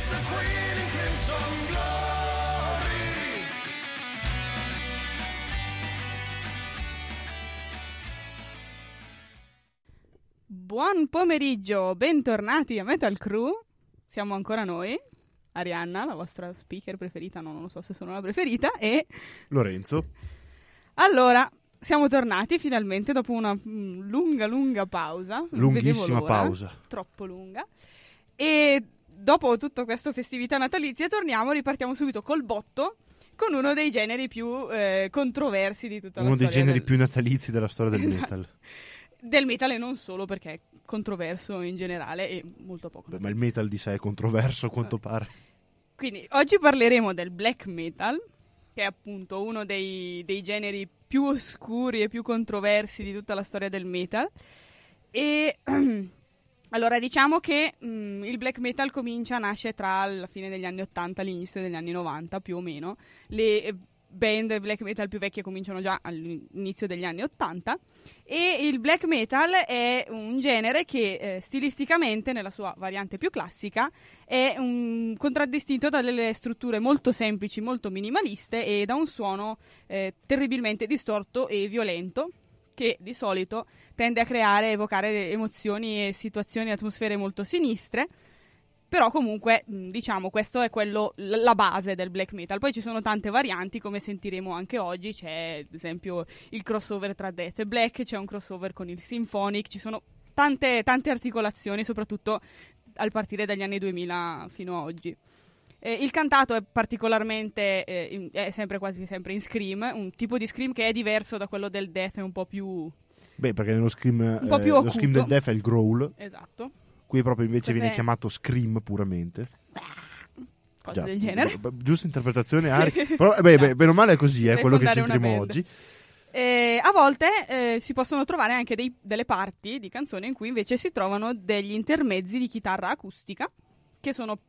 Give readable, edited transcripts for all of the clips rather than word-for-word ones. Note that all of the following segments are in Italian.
the Queen in crimson glory. Buon pomeriggio, bentornati a Metal Crew. Siamo ancora noi, Arianna, la vostra speaker preferita, no, non lo so se sono la preferita, e Lorenzo. allora siamo tornati finalmente dopo una lunga pausa. Non vedevo Lunghissima l'ora, pausa. troppo lunga. E dopo tutta questa festività natalizia ripartiamo subito col botto con uno dei generi più controversi di tutta Uno la dei storia generi più natalizi della storia del Esatto. metal. del metal, e non solo, perché è controverso in generale e molto poco. Beh, ma il metal di sé è controverso a quanto pare. Quindi oggi parleremo del black metal, che è appunto uno dei generi più oscuri e più controversi di tutta la storia del metal. E allora diciamo che il black metal nasce tra la fine degli anni 80 e l'inizio degli anni 90 più o meno. Le band black metal più vecchie cominciano già all'inizio degli anni 80, e il black metal è un genere che stilisticamente, nella sua variante più classica, è contraddistinto da delle strutture molto semplici, molto minimaliste, e da un suono terribilmente distorto e violento, che di solito tende a creare e evocare emozioni e situazioni e atmosfere molto sinistre. Però comunque, diciamo, questo è la base del black metal. Poi ci sono tante varianti, come sentiremo anche oggi. C'è, ad esempio, il crossover tra death e black, c'è un crossover con il symphonic, ci sono tante articolazioni, soprattutto al partire dagli anni 2000 fino a oggi. Il cantato è particolarmente, è quasi sempre in scream, un tipo di scream che è diverso da quello del death, è un po' più... Beh, perché nello scream, un po' più lo acuto. scream del death è il growl. Esatto. Qui proprio invece Cos'è? viene chiamato scream puramente. Cose Già, del genere. Giusta interpretazione, Ari. Però, bene o male è così, Potrei quello che fondare una sentiremo band. oggi. A volte si possono trovare anche delle parti di canzone in cui invece si trovano degli intermezzi di chitarra acustica, che sono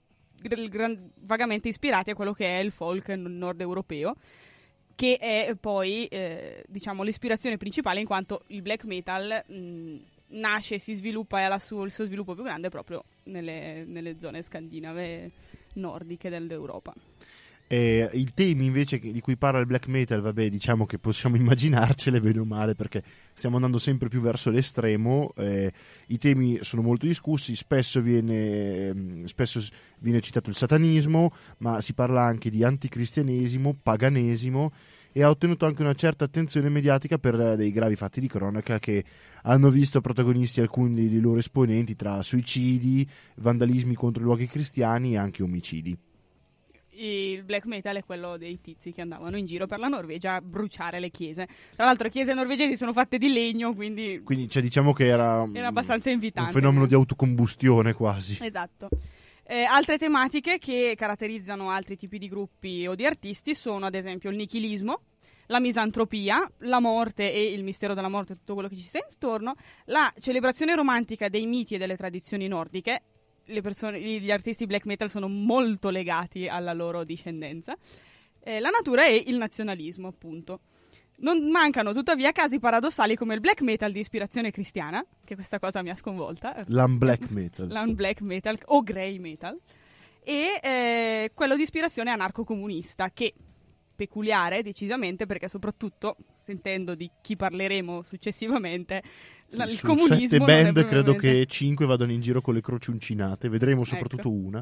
vagamente ispirati a quello che è il folk nord europeo, che è poi diciamo l'ispirazione principale, in quanto il black metal nasce e si sviluppa e ha il suo sviluppo più grande proprio nelle zone scandinave nordiche dell'Europa. I temi invece di cui parla il black metal, vabbè, diciamo che possiamo immaginarcele bene o male, perché stiamo andando sempre più verso l'estremo. I temi sono molto discussi, spesso viene citato il satanismo, ma si parla anche di anticristianesimo, paganesimo, e ha ottenuto anche una certa attenzione mediatica per dei gravi fatti di cronaca che hanno visto protagonisti alcuni dei loro esponenti tra suicidi, vandalismi contro i luoghi cristiani e anche omicidi. Il black metal è quello dei tizi che andavano in giro per la Norvegia a bruciare le chiese. Tra l'altro le chiese norvegesi sono fatte di legno, quindi Cioè, diciamo che era abbastanza invitante. un fenomeno di autocombustione quasi. Esatto. Altre tematiche che caratterizzano altri tipi di gruppi o di artisti sono ad esempio il nichilismo, la misantropia, la morte e il mistero della morte, tutto quello che ci sta intorno, la celebrazione romantica dei miti e delle tradizioni nordiche. Gli artisti black metal sono molto legati alla loro discendenza, la natura e il nazionalismo, appunto. Non mancano tuttavia casi paradossali come il black metal di ispirazione cristiana, che questa cosa mi ha sconvolta. L'unblack metal. L'unblack metal o grey metal, e quello di ispirazione anarco-comunista, che peculiare decisamente, perché soprattutto, sentendo di chi parleremo successivamente, il Su comunismo 7 band non è credo propriamente... che 5 vadano in giro con le croci uncinate, vedremo soprattutto una.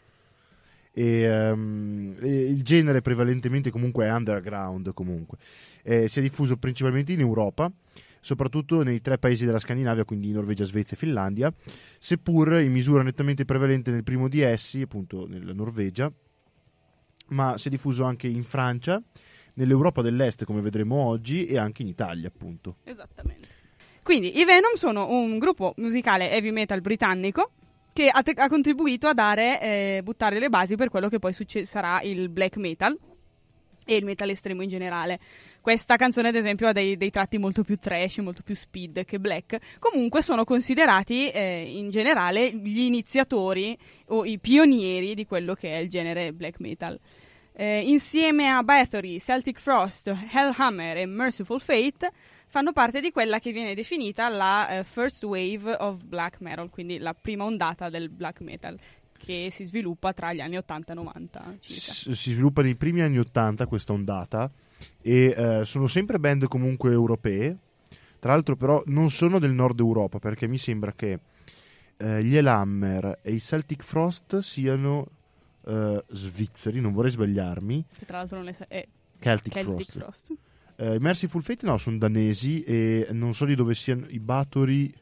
E il genere prevalentemente comunque è underground, comunque si è diffuso principalmente in Europa, soprattutto nei 3 paesi della Scandinavia, quindi Norvegia, Svezia e Finlandia, seppur in misura nettamente prevalente nel primo di essi, appunto nella Norvegia, ma si è diffuso anche in Francia, nell'Europa dell'Est, come vedremo oggi, e anche in Italia, appunto. Esattamente. Quindi i Venom sono un gruppo musicale heavy metal britannico che ha contribuito a buttare le basi per quello che poi sarà il black metal e il metal estremo in generale. Questa canzone, ad esempio, ha dei tratti molto più trash, molto più speed che black. Comunque sono considerati in generale gli iniziatori o i pionieri di quello che è il genere black metal. Insieme a Bathory, Celtic Frost, Hellhammer e Merciful Fate fanno parte di quella che viene definita la first wave of black metal, quindi la prima ondata del black metal. che si sviluppa tra gli anni 80 e 90 circa. Si sviluppa nei primi anni 80 questa ondata e sono sempre band comunque europee. Tra l'altro però non sono del nord Europa, perché mi sembra che gli Elhammer e i Celtic Frost siano svizzeri, non vorrei sbagliarmi. Che tra l'altro non è Celtic Frost. I Merciful Fate no, sono danesi e non so di dove siano i Bathory.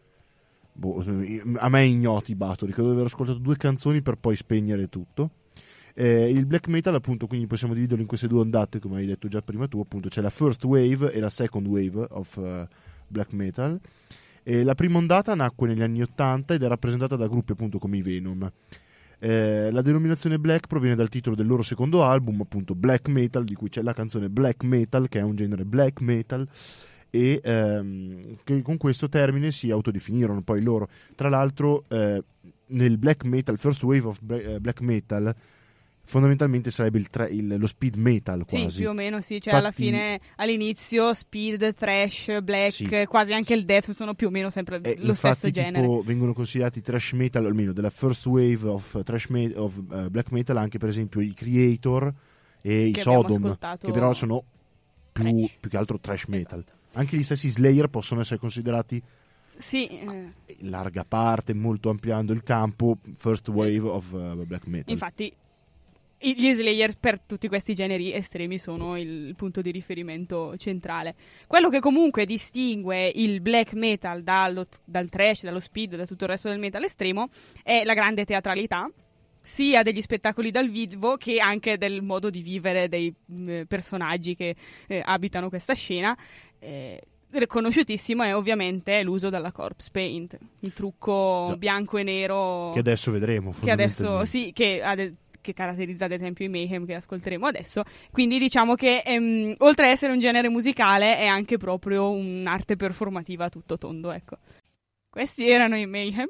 A me è ignoti i Bathory, credo di aver ascoltato 2 canzoni per poi spegnere tutto. Il black metal, appunto, quindi possiamo dividerlo in queste 2 ondate, come hai detto già prima tu, appunto c'è la first wave e la second wave of black metal. La prima ondata nacque negli anni 80 ed è rappresentata da gruppi appunto come i Venom. La denominazione black proviene dal titolo del loro secondo album, appunto Black Metal, di cui c'è la canzone Black Metal, che è un genere black metal, e che con questo termine si autodefinirono poi loro. Tra l'altro nel black metal, first wave of black metal, fondamentalmente sarebbe lo speed metal quasi. Sì, più o meno sì, cioè Infatti, alla fine, all'inizio speed, thrash, black, sì, quasi anche il death sono più o meno sempre lo stesso genere. Tipo, vengono considerati thrash metal, almeno della first wave of black metal, anche per esempio i Creator e i Sodom, che però sono più che altro thrash metal. Esatto. Anche gli stessi Slayer possono essere considerati, sì, in larga parte, molto ampliando il campo, first wave of black metal. infatti gli Slayer per tutti questi generi estremi sono il punto di riferimento centrale. Quello che comunque distingue il black metal dal thrash, dallo speed, da tutto il resto del metal estremo è la grande teatralità, sia degli spettacoli dal vivo che anche del modo di vivere dei personaggi che abitano questa scena. Riconosciutissimo è ovviamente l'uso della corpse paint, il trucco bianco e nero che adesso vedremo, che adesso sì, che caratterizza ad esempio i Mayhem, che ascolteremo adesso. Quindi diciamo che oltre ad essere un genere musicale è anche proprio un'arte performativa a tutto tondo, ecco. Questi erano i Mayhem,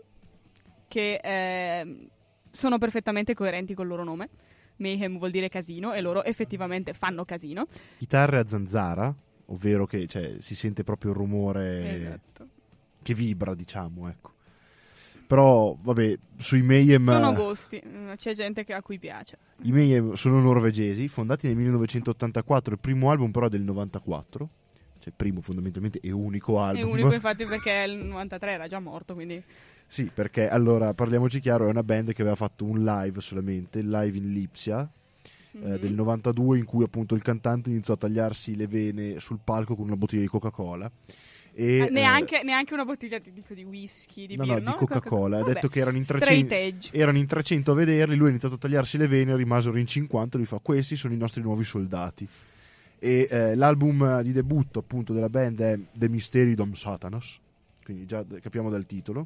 che sono perfettamente coerenti col loro nome. Mayhem vuol dire casino e loro effettivamente fanno casino. Chitarre a zanzara, ovvero che si sente proprio il rumore, esatto, che vibra, diciamo, ecco. Però, vabbè, sui Mayhem sono gusti, c'è gente a cui piace. I Mayhem sono norvegesi, fondati nel 1984, il primo album però è del 94, cioè il primo fondamentalmente e unico album. È unico infatti perché il 93 era già morto, quindi... Sì, perché, allora, parliamoci chiaro, è una band che aveva fatto un live solamente, il live in Lipsia, del 92, in cui appunto il cantante iniziò a tagliarsi le vene sul palco con una bottiglia di Coca-Cola. E, neanche una bottiglia di whisky, di birra, di Coca-Cola. Ha detto che erano in straight edge. Erano in 300 a vederli, lui ha iniziato a tagliarsi le vene, rimasero in 50, lui fa: questi sono i nostri nuovi soldati. E l'album di debutto appunto della band è The Mystery Dom Satanas, quindi già capiamo dal titolo.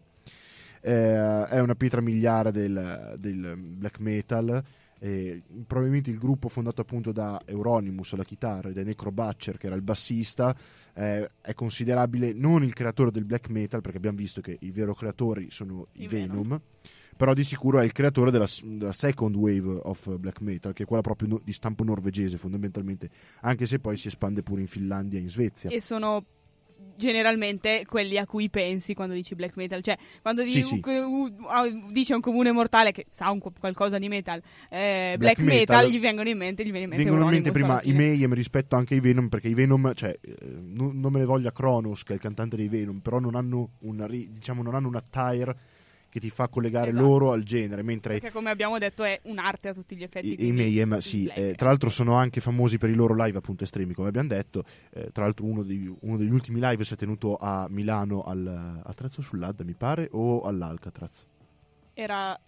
È una pietra miliare del black metal. Probabilmente il gruppo fondato appunto da Euronymous alla chitarra e da Necro Butcher, che era il bassista, è considerabile non il creatore del black metal, perché abbiamo visto che i veri creatori sono i Venom, però di sicuro è il creatore della second wave of black metal, che è quella proprio di stampo norvegese fondamentalmente, anche se poi si espande pure in Finlandia e in Svezia, e sono generalmente quelli a cui pensi quando dici black metal, cioè quando dici un comune mortale che sa qualcosa di metal, black metal gli viene in mente prima i Mayhem rispetto anche ai Venom, perché i Venom, non me ne voglia Kronos, che è il cantante dei Venom, però non hanno non hanno un attire che ti fa collegare loro al genere, mentre perché come abbiamo detto è un'arte a tutti gli effetti. I Mayhem tra l'altro sono anche famosi per i loro live appunto estremi, come abbiamo detto. Tra l'altro uno degli ultimi live si è tenuto a Milano al Trezzo sull'Adda, mi pare, o all'Alcatraz. Era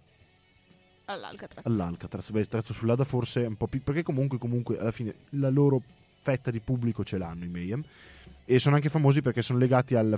all'Alcatraz. Beh, Trezzo sull'Adda forse è un po' più, perché comunque alla fine la loro fetta di pubblico ce l'hanno i Mayhem, e sono anche famosi perché sono legati al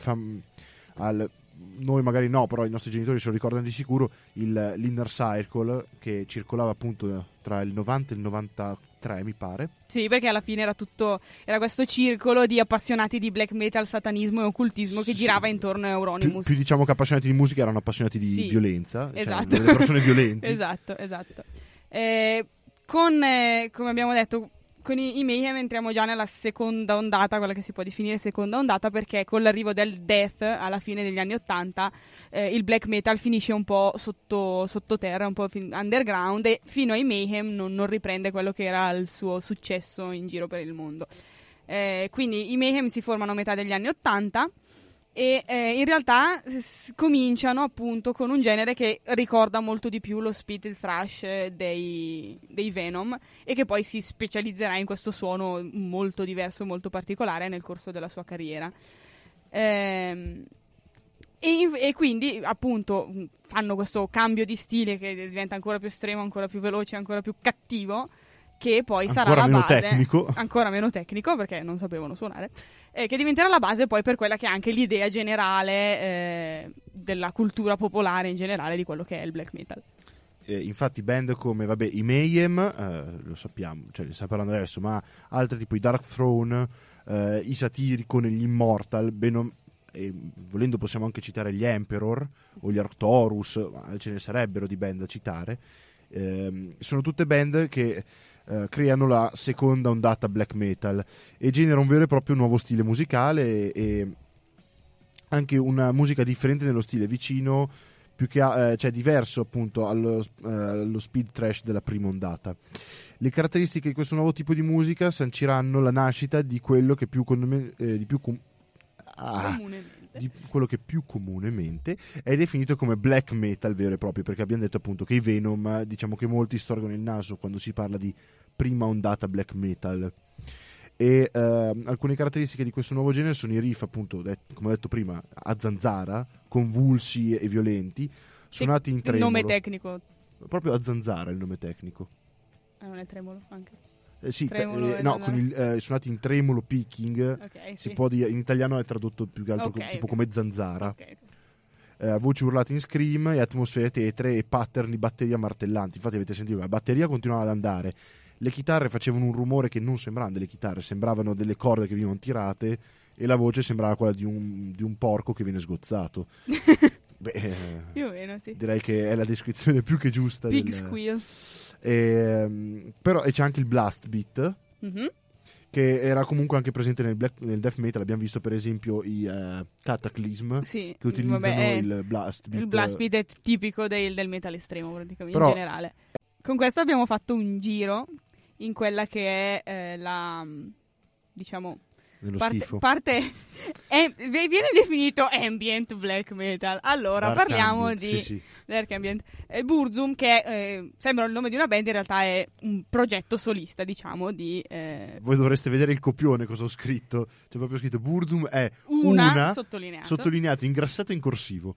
noi magari no, però i nostri genitori se lo ricordano di sicuro, l'Inner Circle, che circolava appunto tra il 90 e il 93 mi pare. Sì, perché alla fine era questo circolo di appassionati di black metal, satanismo e occultismo che girava intorno a Euronymous. Più diciamo che appassionati di musica erano appassionati di violenza, esatto. Delle persone violenti. esatto. Come abbiamo detto, con i Mayhem entriamo già nella seconda ondata, quella che si può definire seconda ondata, perché con l'arrivo del death alla fine degli anni '80 il black metal finisce un po' sottoterra, un po' underground, e fino ai Mayhem non riprende quello che era il suo successo in giro per il mondo. Quindi i Mayhem si formano a metà degli anni '80 e in realtà cominciano appunto con un genere che ricorda molto di più lo speed, il thrash dei Venom, e che poi si specializzerà in questo suono molto diverso, molto particolare nel corso della sua carriera. E quindi appunto fanno questo cambio di stile che diventa ancora più estremo, ancora più veloce, ancora più cattivo, che poi sarà la base, ancora meno tecnico perché non sapevano suonare, che diventerà la base poi per quella che è anche l'idea generale della cultura popolare in generale di quello che è il black metal. Infatti band come i Mayhem, lo sappiamo, cioè ne stiamo parlando adesso, ma altri tipo i Dark Throne, i Satyricon, gli Immortal, volendo possiamo anche citare gli Emperor o gli Arcturus, ce ne sarebbero di band da citare. Sono tutte band che creano la seconda ondata black metal e genera un vero e proprio nuovo stile musicale e anche una musica differente nello stile, vicino più che cioè diverso appunto allo speed thrash della prima ondata. Le caratteristiche di questo nuovo tipo di musica sanciranno la nascita di quello che di quello che più comunemente è definito come black metal vero e proprio, perché abbiamo detto appunto che i Venom, diciamo che molti storgono il naso quando si parla di prima ondata black metal, e alcune caratteristiche di questo nuovo genere sono i riff appunto come ho detto prima a zanzara, convulsi e violenti, suonati in tremolo. Il nome tecnico proprio a zanzara, il nome tecnico. Non è tremolo anche? Sì, suonati in tremolo, picking, okay, si sì. può dire, in italiano è tradotto più che altro tipo come zanzara. Voci urlate in scream e atmosfere tetre e pattern di batteria martellanti. Infatti avete sentito la batteria continuava ad andare, le chitarre facevano un rumore che non sembravano delle chitarre, sembravano delle corde che venivano tirate, e la voce sembrava quella di un porco che viene sgozzato. Più o meno, sì. Direi che è la descrizione più che giusta. Pig squeal. Però c'è anche il blast beat, che era comunque anche presente nel death metal. Abbiamo visto per esempio i Cataclysm, sì, che utilizzano il blast beat. Il blast beat è tipico del metal estremo praticamente, però, in generale. Con questo abbiamo fatto un giro in quella che è la, diciamo, parte viene definito ambient black metal. Allora Dark parliamo ambient, di Dark Ambient. Burzum, che sembra il nome di una band, in realtà è un progetto solista, diciamo, di voi dovreste vedere il copione cosa ho scritto. C'è proprio scritto Burzum è una sottolineato, ingrassato in corsivo.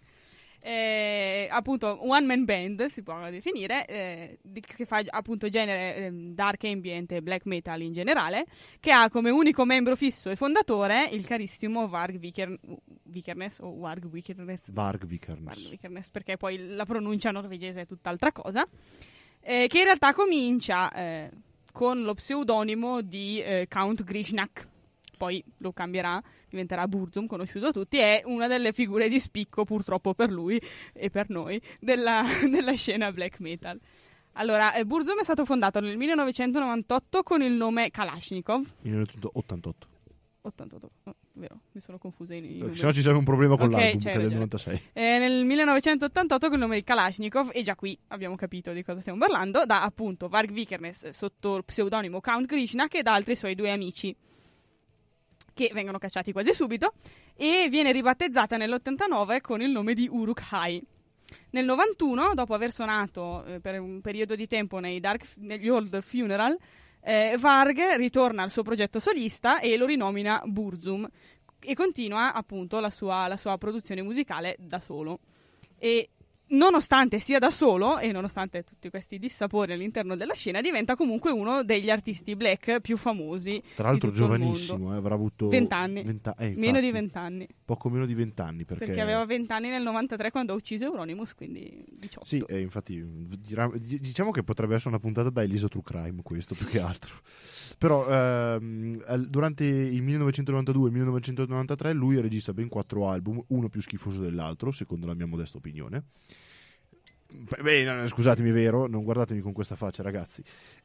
Appunto one man band si può definire, che fa appunto genere dark ambient e black metal in generale, che ha come unico membro fisso e fondatore il carissimo Varg Vikernes, o Varg Vikernes, perché poi la pronuncia norvegese è tutt'altra cosa, che in realtà comincia con lo pseudonimo di Count Grishnak, poi lo cambierà, diventerà Burzum, conosciuto da tutti, è una delle figure di spicco, purtroppo per lui e per noi, della scena black metal. Allora, Burzum è stato fondato nel 1998 con il nome Kalashnikov. 1988. 88, no, vero, mi sono confusa se no ci sarebbe un problema con l'album, che è del 96. Nel 1988 con il nome di Kalashnikov, e già qui abbiamo capito di cosa stiamo parlando, da appunto Varg Vikernes sotto il pseudonimo Count Grishnak e da altri suoi due amici, che vengono cacciati quasi subito, e viene ribattezzata nell'89 con il nome di Uruk-hai. Nel 91, dopo aver suonato per un periodo di tempo negli Old Funeral, Varg ritorna al suo progetto solista e lo rinomina Burzum, e continua appunto la sua produzione musicale da solo. E nonostante sia da solo e nonostante tutti questi dissapori all'interno della scena, diventa comunque uno degli artisti black più famosi. Tra l'altro di tutto giovanissimo, avrà avuto 20 anni. Meno di 20 anni. Poco meno di 20 anni. Perché aveva 20 anni nel 93 quando ha ucciso Euronymous, quindi 18. Sì, infatti diciamo che potrebbe essere una puntata da Elisa True Crime, questo più che altro. Però durante il 1992 e il 1993 lui registra ben 4 album, uno più schifoso dell'altro, secondo la mia modesta opinione. Beh, no, scusatemi, è vero, non guardatemi con questa faccia, ragazzi.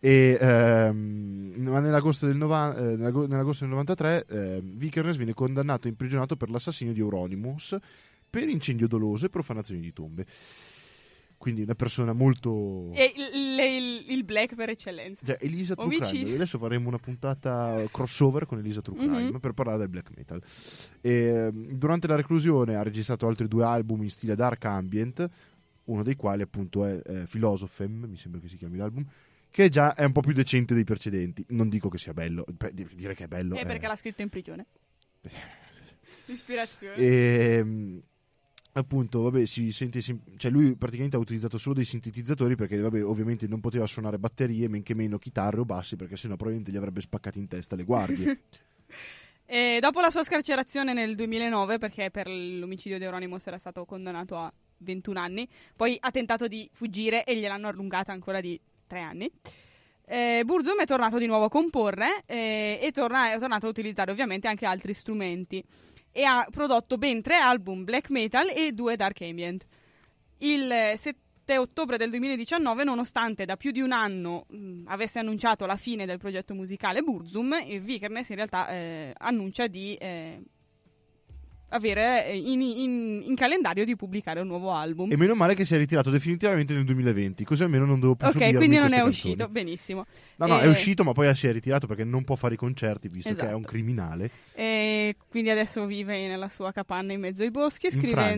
Ma nell'agosto del 93 Vikernes viene condannato e imprigionato per l'assassinio di Euronymous per incendio doloso e profanazione di tombe. Quindi una persona molto... E il black per eccellenza. Cioè, Elisa True Crime. Adesso faremo una puntata crossover con Elisa True Crime per parlare del black metal. Durante la reclusione ha registrato altri 2 album in stile dark ambient, uno dei quali appunto è Philosophem, mi sembra che si chiami l'album, che già è un po' più decente dei precedenti. Non dico che sia bello, dire che è bello è perché l'ha scritto in prigione. L'ispirazione. Appunto, vabbè, si sente cioè lui praticamente ha utilizzato solo dei sintetizzatori perché vabbè, ovviamente non poteva suonare batterie, men che meno chitarre o bassi, perché sennò probabilmente gli avrebbe spaccati in testa le guardie. E dopo la sua scarcerazione nel 2009, perché per l'omicidio di Euronymous era stato condannato a 21 anni, poi ha tentato di fuggire e gliel'hanno allungata ancora di 3 anni. Burzum è tornato di nuovo a comporre e è tornato a utilizzare ovviamente anche altri strumenti e ha prodotto ben 3 album black metal e 2 dark ambient. Il 7 ottobre del 2019, nonostante da più di un anno avesse annunciato la fine del progetto musicale Burzum, Vikernes in realtà annuncia di avere in calendario di pubblicare un nuovo album. E meno male che si è ritirato definitivamente nel 2020, così almeno non devo più subirmi quindi non è canzoni. uscito, benissimo. No, è uscito, ma poi si è ritirato perché non può fare i concerti, visto esatto. che è un criminale. E quindi adesso vive nella sua capanna in mezzo ai boschi,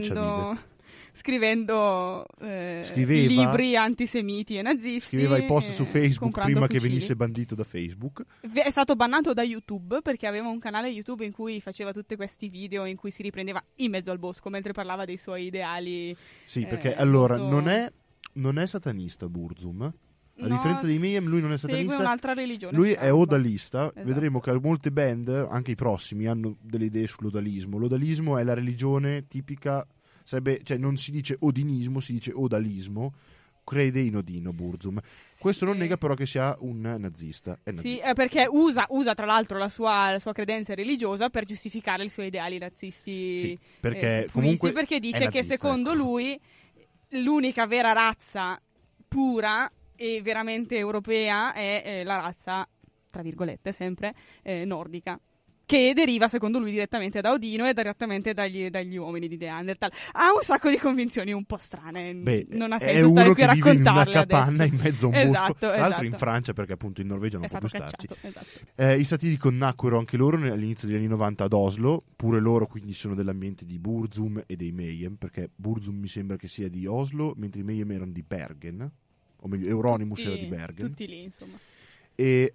scrivendo libri antisemiti e nazisti. Scriveva i post su Facebook prima fucili. che venisse bandito da Facebook. È stato bannato da YouTube perché aveva un canale YouTube in cui faceva tutti questi video in cui si riprendeva in mezzo al bosco mentre parlava dei suoi ideali. Sì, perché allora molto... non è satanista Burzum. A differenza dei Mayhem, lui non è satanista. Segue un'altra religione. Lui è odalista. Esatto. Vedremo che molte band, anche i prossimi, hanno delle idee sull'odalismo. L'odalismo è la religione tipica. Cioè non si dice odinismo, si dice odalismo. Crede in Odino Burzum. Questo non nega però che sia un nazista. Sì, perché usa tra l'altro la sua credenza religiosa per giustificare i suoi ideali razzisti. Sì, perché comunque perché dice nazista, che secondo lui l'unica vera razza pura e veramente europea è la razza, tra virgolette sempre, nordica, che deriva secondo lui direttamente da Odino e direttamente dagli uomini di Neanderthal. Ha un sacco di convinzioni un po' strane. Beh, non ha senso stare qui a raccontarle in una capanna adesso. in mezzo a un bosco, Esatto, tra l'altro in Francia, perché appunto in Norvegia non è può più stato starci. cacciato, esatto. I Satirico nacquero anche loro all'inizio degli anni 90 ad Oslo, pure loro quindi sono dell'ambiente di Burzum e dei Mayhem, perché Burzum mi sembra che sia di Oslo, mentre i Mayhem erano di Bergen, o meglio Euronymous era di Bergen. Tutti lì, insomma. E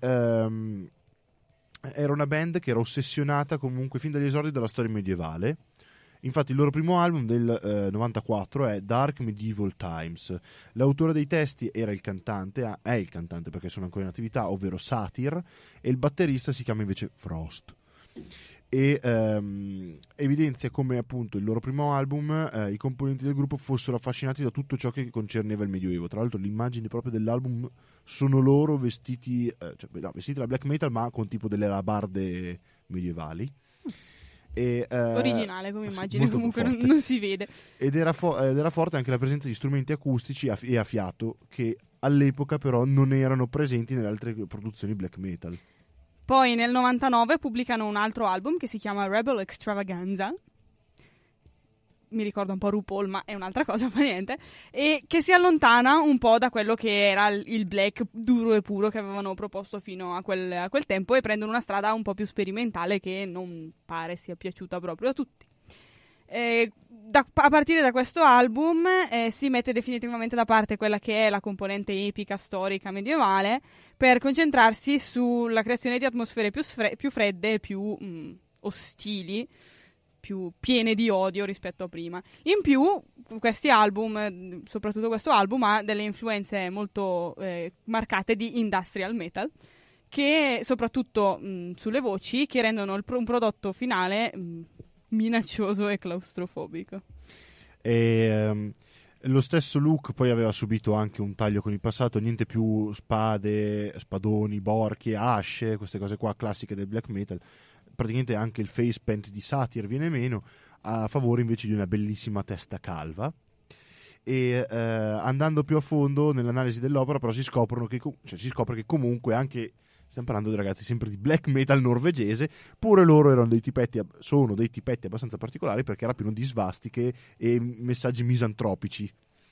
era una band che era ossessionata comunque fin dagli esordi della storia medievale. Infatti il loro primo album del 94 è Dark Medieval Times. L'autore dei testi era il cantante, è il cantante perché sono ancora in attività, ovvero Satyr, e il batterista si chiama invece Frost. E evidenzia come appunto il loro primo album i componenti del gruppo fossero affascinati da tutto ciò che concerneva il Medioevo. Tra l'altro l'immagine proprio dell'album sono loro vestiti vestiti da black metal ma con tipo delle alabarde medievali. Originale come immagine, comunque forte. non si vede. Ed era forte anche la presenza di strumenti acustici e a fiato che all'epoca però non erano presenti nelle altre produzioni black metal. Poi nel 99 pubblicano un altro album che si chiama Rebel Extravaganza. Mi ricorda un po' RuPaul, ma è un'altra cosa, fa niente. E che si allontana un po' da quello che era il black duro e puro che avevano proposto fino a quel tempo e prendono una strada un po' più sperimentale che non pare sia piaciuta proprio a tutti. A partire da questo album si mette definitivamente da parte quella che è la componente epica, storica, medievale, per concentrarsi sulla creazione di atmosfere più fredde e più ostili, più piene di odio rispetto a prima. In più, questi album, soprattutto questo album, ha delle influenze molto marcate di industrial metal, che soprattutto sulle voci, che rendono un prodotto finale minaccioso e claustrofobico. Lo stesso Luke poi aveva subito anche un taglio con il passato, niente più spade, spadoni, borchie, asce, queste cose qua classiche del black metal. Praticamente anche il face paint di Satyr viene meno, a favore invece di una bellissima testa calva. e andando più a fondo nell'analisi dell'opera però si scopre che comunque anche, stiamo parlando di ragazzi sempre di black metal norvegese, pure loro sono dei tipetti abbastanza particolari, perché era pieno di svastiche e messaggi misantropici.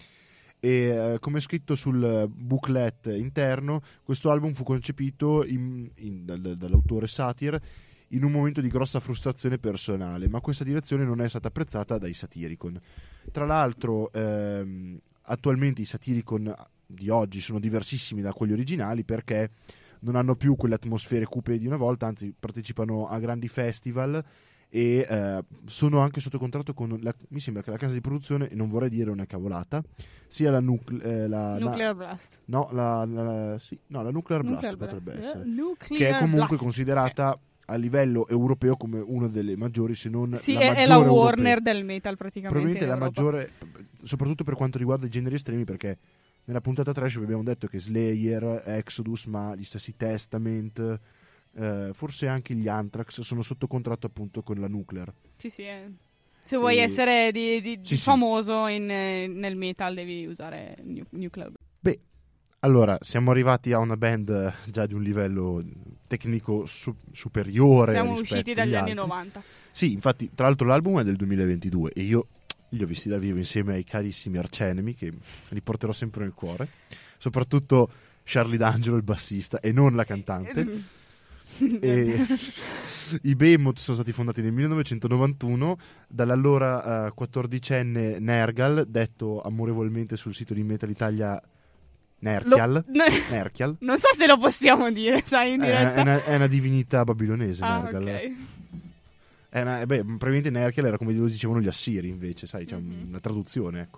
E come è scritto sul booklet interno, questo album fu concepito dall'autore Satyr in un momento di grossa frustrazione personale, ma questa direzione non è stata apprezzata dai Satyricon. Tra l'altro attualmente i Satyricon di oggi sono diversissimi da quelli originali, perché non hanno più quelle atmosfere cupe di una volta, anzi partecipano a grandi festival e sono anche sotto contratto con mi sembra che la casa di produzione, e non vorrei dire una cavolata, sia la Nuclear Blast. la Nuclear Blast potrebbe essere, Nuclear che è comunque Blast. considerata a livello europeo come una delle maggiori, se non Sì, la è maggiore la europea. Warner del metal praticamente. Probabilmente in la Europa. maggiore, soprattutto per quanto riguarda i generi estremi, perché nella puntata trash vi abbiamo detto che Slayer, Exodus, ma gli stessi Testament, forse anche gli Anthrax sono sotto contratto appunto con la Nuclear. Sì, sì. Se vuoi essere di Sì, famoso nel metal devi usare Nuclear. Beh, allora siamo arrivati a una band già di un livello tecnico superiore. Siamo rispetto usciti agli dagli anni altri. 90. Sì, infatti, tra l'altro l'album è del 2022 e io li ho visti da vivo insieme ai carissimi Arch Enemy, che li porterò sempre nel cuore, soprattutto Charlie D'Angelo, il bassista, e non la cantante. E i Behemoth sono stati fondati nel 1991 dall'allora 14enne Nergal, detto amorevolmente sul sito di Metal Italia Nerkial. Nerkial. Non so se lo possiamo dire, sai, in diretta. È una divinità babilonese, Nergal. Ok. Probabilmente Nerkel era come lo dicevano gli Assiri, invece, sai, c'è una traduzione, ecco.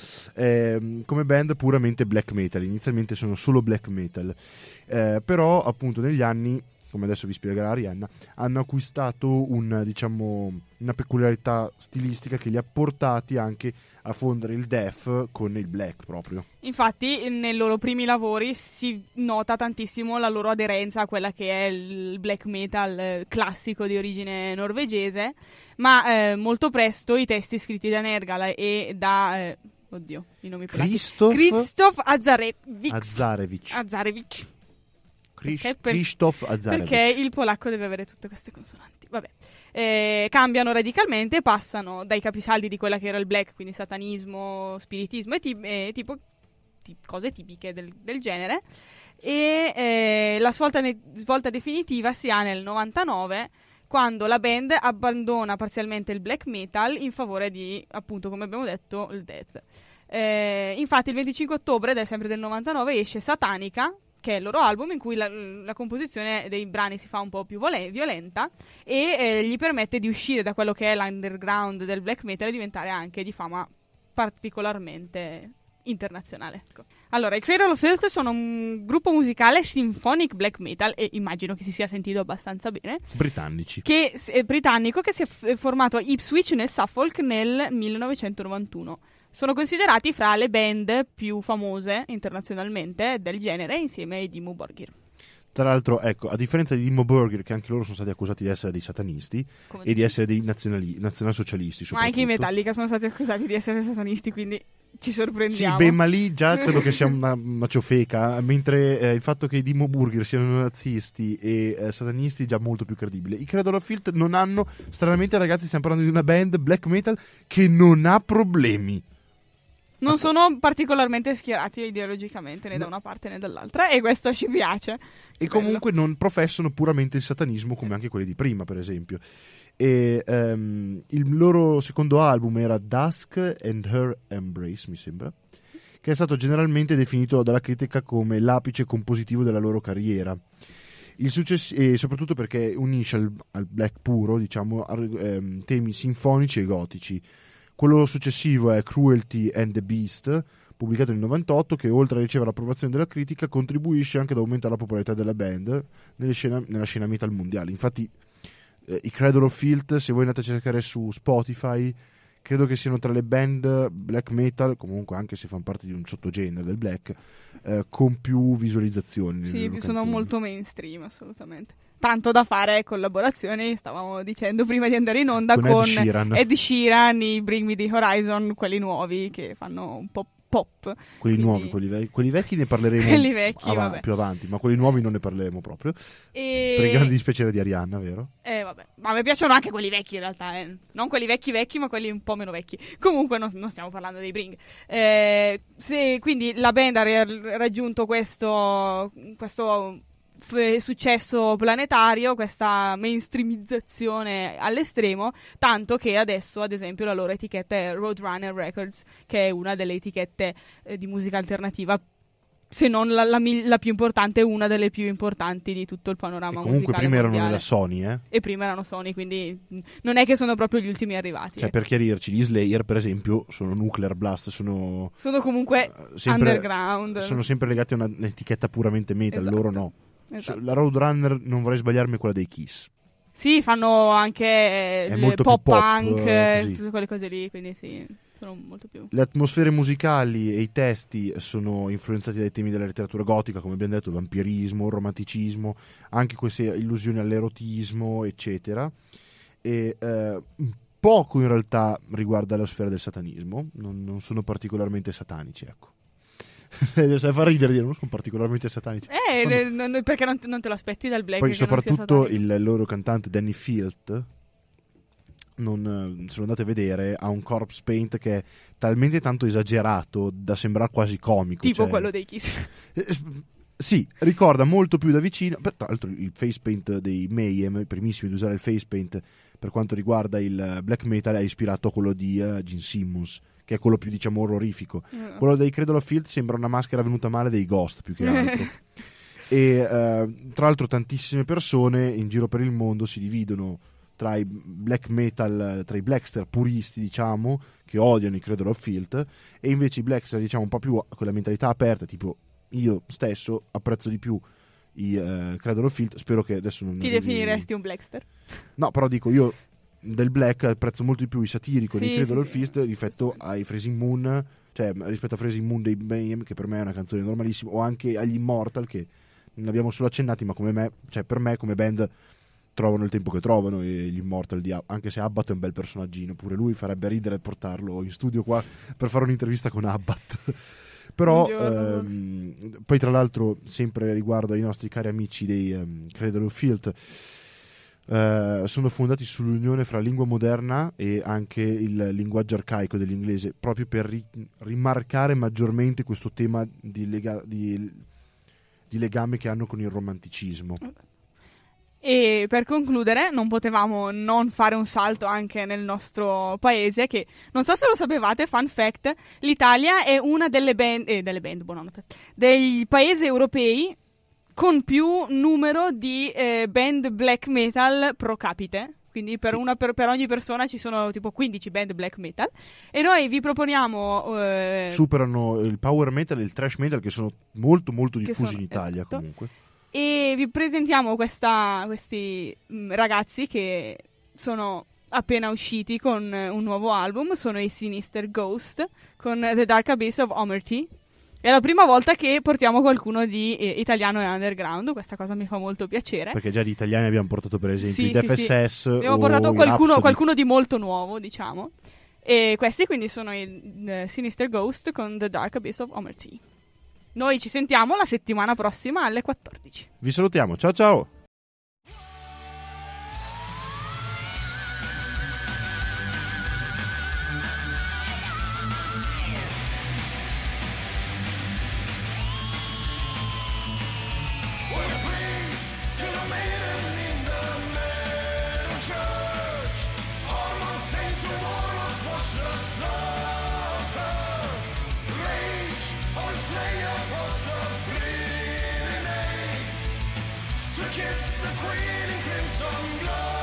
Come band puramente black metal, inizialmente sono solo black metal, però appunto negli anni, come adesso vi spiegherà Arianna, hanno acquistato una peculiarità stilistica che li ha portati anche a fondere il death con il black proprio. Infatti nei loro primi lavori si nota tantissimo la loro aderenza a quella che è il black metal classico di origine norvegese, ma molto presto i testi scritti da Nergal e da oddio, i nomi Krzysztof Azarevich. Krzysztof Azarevich. Perché il polacco deve avere tutte queste consonanti. Vabbè. Cambiano radicalmente, passano dai capisaldi di quella che era il black, quindi satanismo, spiritismo e tipo cose tipiche del genere. E la svolta definitiva si ha nel 99, quando la band abbandona parzialmente il black metal in favore di, appunto, come abbiamo detto, il death. Infatti il 25 ottobre, ed è sempre del 99, esce Satanica, che è il loro album in cui la composizione dei brani si fa un po' più violenta e gli permette di uscire da quello che è l'underground del black metal e diventare anche di fama particolarmente internazionale. Ecco. Allora, i Cradle of Filth sono un gruppo musicale symphonic black metal, e immagino che si sia sentito abbastanza bene, britannico, che si è formato a Ipswich nel Suffolk nel 1991. Sono considerati fra le band più famose internazionalmente del genere, insieme ai Dimmu Borgir. Tra l'altro, ecco, a differenza di Dimmu Borgir, che anche loro sono stati accusati di essere dei satanisti e di essere dei nazionalsocialisti, ma anche i Metallica sono stati accusati di essere satanisti, quindi ci sorprendiamo. Sì, ma lì già credo che sia una ciofeca, mentre il fatto che i Dimmu Borgir siano nazisti e satanisti è già molto più credibile. I Cradle of Filth non hanno, stranamente ragazzi, stiamo parlando di una band black metal che non ha problemi. Non sono particolarmente schierati ideologicamente né da una parte né dall'altra, e questo ci piace. E comunque non professano puramente il satanismo come anche quelli di prima, per esempio. E il loro secondo album era Dusk and Her Embrace, mi sembra, che è stato generalmente definito dalla critica come l'apice compositivo della loro carriera. E soprattutto perché unisce al black puro, diciamo, temi sinfonici e gotici. Quello successivo è Cruelty and the Beast, pubblicato nel 98, che oltre a ricevere l'approvazione della critica contribuisce anche ad aumentare la popolarità della band nella scena metal mondiale. Infatti i Cradle of Filth, se voi andate a cercare su Spotify, credo che siano tra le band black metal, comunque anche se fanno parte di un sottogenere del black, con più visualizzazioni. Sì, nelle loro sono canzoni. molto mainstream, assolutamente. Tanto da fare collaborazioni, stavamo dicendo prima di andare in onda, Con con Ed Sheeran. i Bring Me The Horizon, quelli nuovi che fanno un po' pop. Quelli Quindi- nuovi, quelli vecchi ne parleremo Quelli vecchi, vabbè. più avanti, ma quelli nuovi non ne parleremo proprio. E... Per il grande dispiacere di Arianna, vero? Vabbè, ma mi piacciono anche quelli vecchi in realtà, non quelli vecchi vecchi, ma quelli un po' meno vecchi. Comunque non stiamo parlando dei Bring. Quindi la band ha raggiunto questo successo planetario, questa mainstreamizzazione all'estremo, tanto che adesso, ad esempio, la loro etichetta è Roadrunner Records, che è una delle etichette di musica alternativa, se non la più importante, una delle più importanti di tutto il E panorama comunque musicale prima erano mondiale. nella Sony, E prima erano Sony, quindi non è che sono proprio gli ultimi arrivati. Cioè, per chiarirci, gli Slayer, per esempio, sono Nuclear Blast, sono comunque sempre, underground. sono sempre legati a un'etichetta puramente metal, Esatto. loro no. Esatto. La Roadrunner, non vorrei sbagliarmi, è quella dei Kiss. Sì, fanno anche È il molto pop più pop, punk, così. tutte quelle cose lì, quindi sì, sono molto più... Le atmosfere musicali e i testi sono influenzati dai temi della letteratura gotica, come abbiamo detto, il vampirismo, il romanticismo, anche queste illusioni all'erotismo, eccetera. E poco in realtà riguarda la sfera del satanismo, non sono particolarmente satanici, ecco. Sai, fa ridere dire, non sono particolarmente satanici. Perché non te lo aspetti dal black? Poi che non sia soprattutto satanico? il loro cantante Danny Field, se lo andate a vedere, ha un corpse paint che è talmente tanto esagerato da sembrare quasi comico. Tipo cioè, quello dei Kiss. sì, ricorda molto più da vicino. Tra l'altro il face paint dei Mayhem, i primissimi ad usare il face paint per quanto riguarda il black metal, è ispirato a quello di Gene Simmons, che è quello più, diciamo, orrorifico. Quello dei Cradle of Filth sembra una maschera venuta male dei Ghost, più che altro. E tra l'altro tantissime persone in giro per il mondo si dividono tra i black metal, tra i blackster puristi, diciamo, che odiano i Cradle of Filth, e invece i blackster, diciamo, un po' più con la mentalità aperta, tipo io stesso apprezzo di più i Cradle of Filth. Spero che adesso non Ti arrivi- definiresti un blackster? No, però dico, io del black apprezzo molto di più i satirico Sì, dei Cradle sì, of Filth rispetto ai Freezing Moon, cioè rispetto a Freezing Moon dei Mayhem, che per me è una canzone normalissima, o anche agli Immortal, che ne abbiamo solo accennati, ma per me come band trovano il tempo che trovano, e gli Immortal anche se Abbat è un bel personaggino, pure lui farebbe ridere portarlo in studio qua per fare un'intervista con Abbat. Però Buongiorno. poi tra l'altro, sempre riguardo ai nostri cari amici dei Cradle of Filth, sono fondati sull'unione fra lingua moderna e anche il linguaggio arcaico dell'inglese, proprio per rimarcare maggiormente questo tema di legame che hanno con il romanticismo. E per concludere, non potevamo non fare un salto anche nel nostro paese, che non so se lo sapevate, fun fact, l'Italia è una delle band, buonanotte, dei paesi europei con più numero di band black metal pro capite. Quindi per ogni persona ci sono tipo 15 band black metal, e noi vi proponiamo Superano il power metal e il thrash metal, che sono molto molto diffusi in Italia, esatto. comunque. E vi presentiamo questi ragazzi che sono appena usciti con un nuovo album. Sono i Sinister Ghost con The Dark Abyss of Omerty. È la prima volta che portiamo qualcuno di italiano e underground. Questa cosa mi fa molto piacere. Perché già di italiani abbiamo portato, per esempio, Sì, i Def sì. SS. Abbiamo o portato i Rhapsody. qualcuno di molto nuovo, diciamo. E questi quindi sono i Sinister Ghost con The Dark Abyss of Omerty. Noi ci sentiamo la settimana prossima alle 14. Vi salutiamo, ciao ciao. Will you please kill a maiden in the metal church? Armored saints and warlocks watch the slaughter. Rage of the slayer across the bleeding age, to kiss the queen in crimson blood.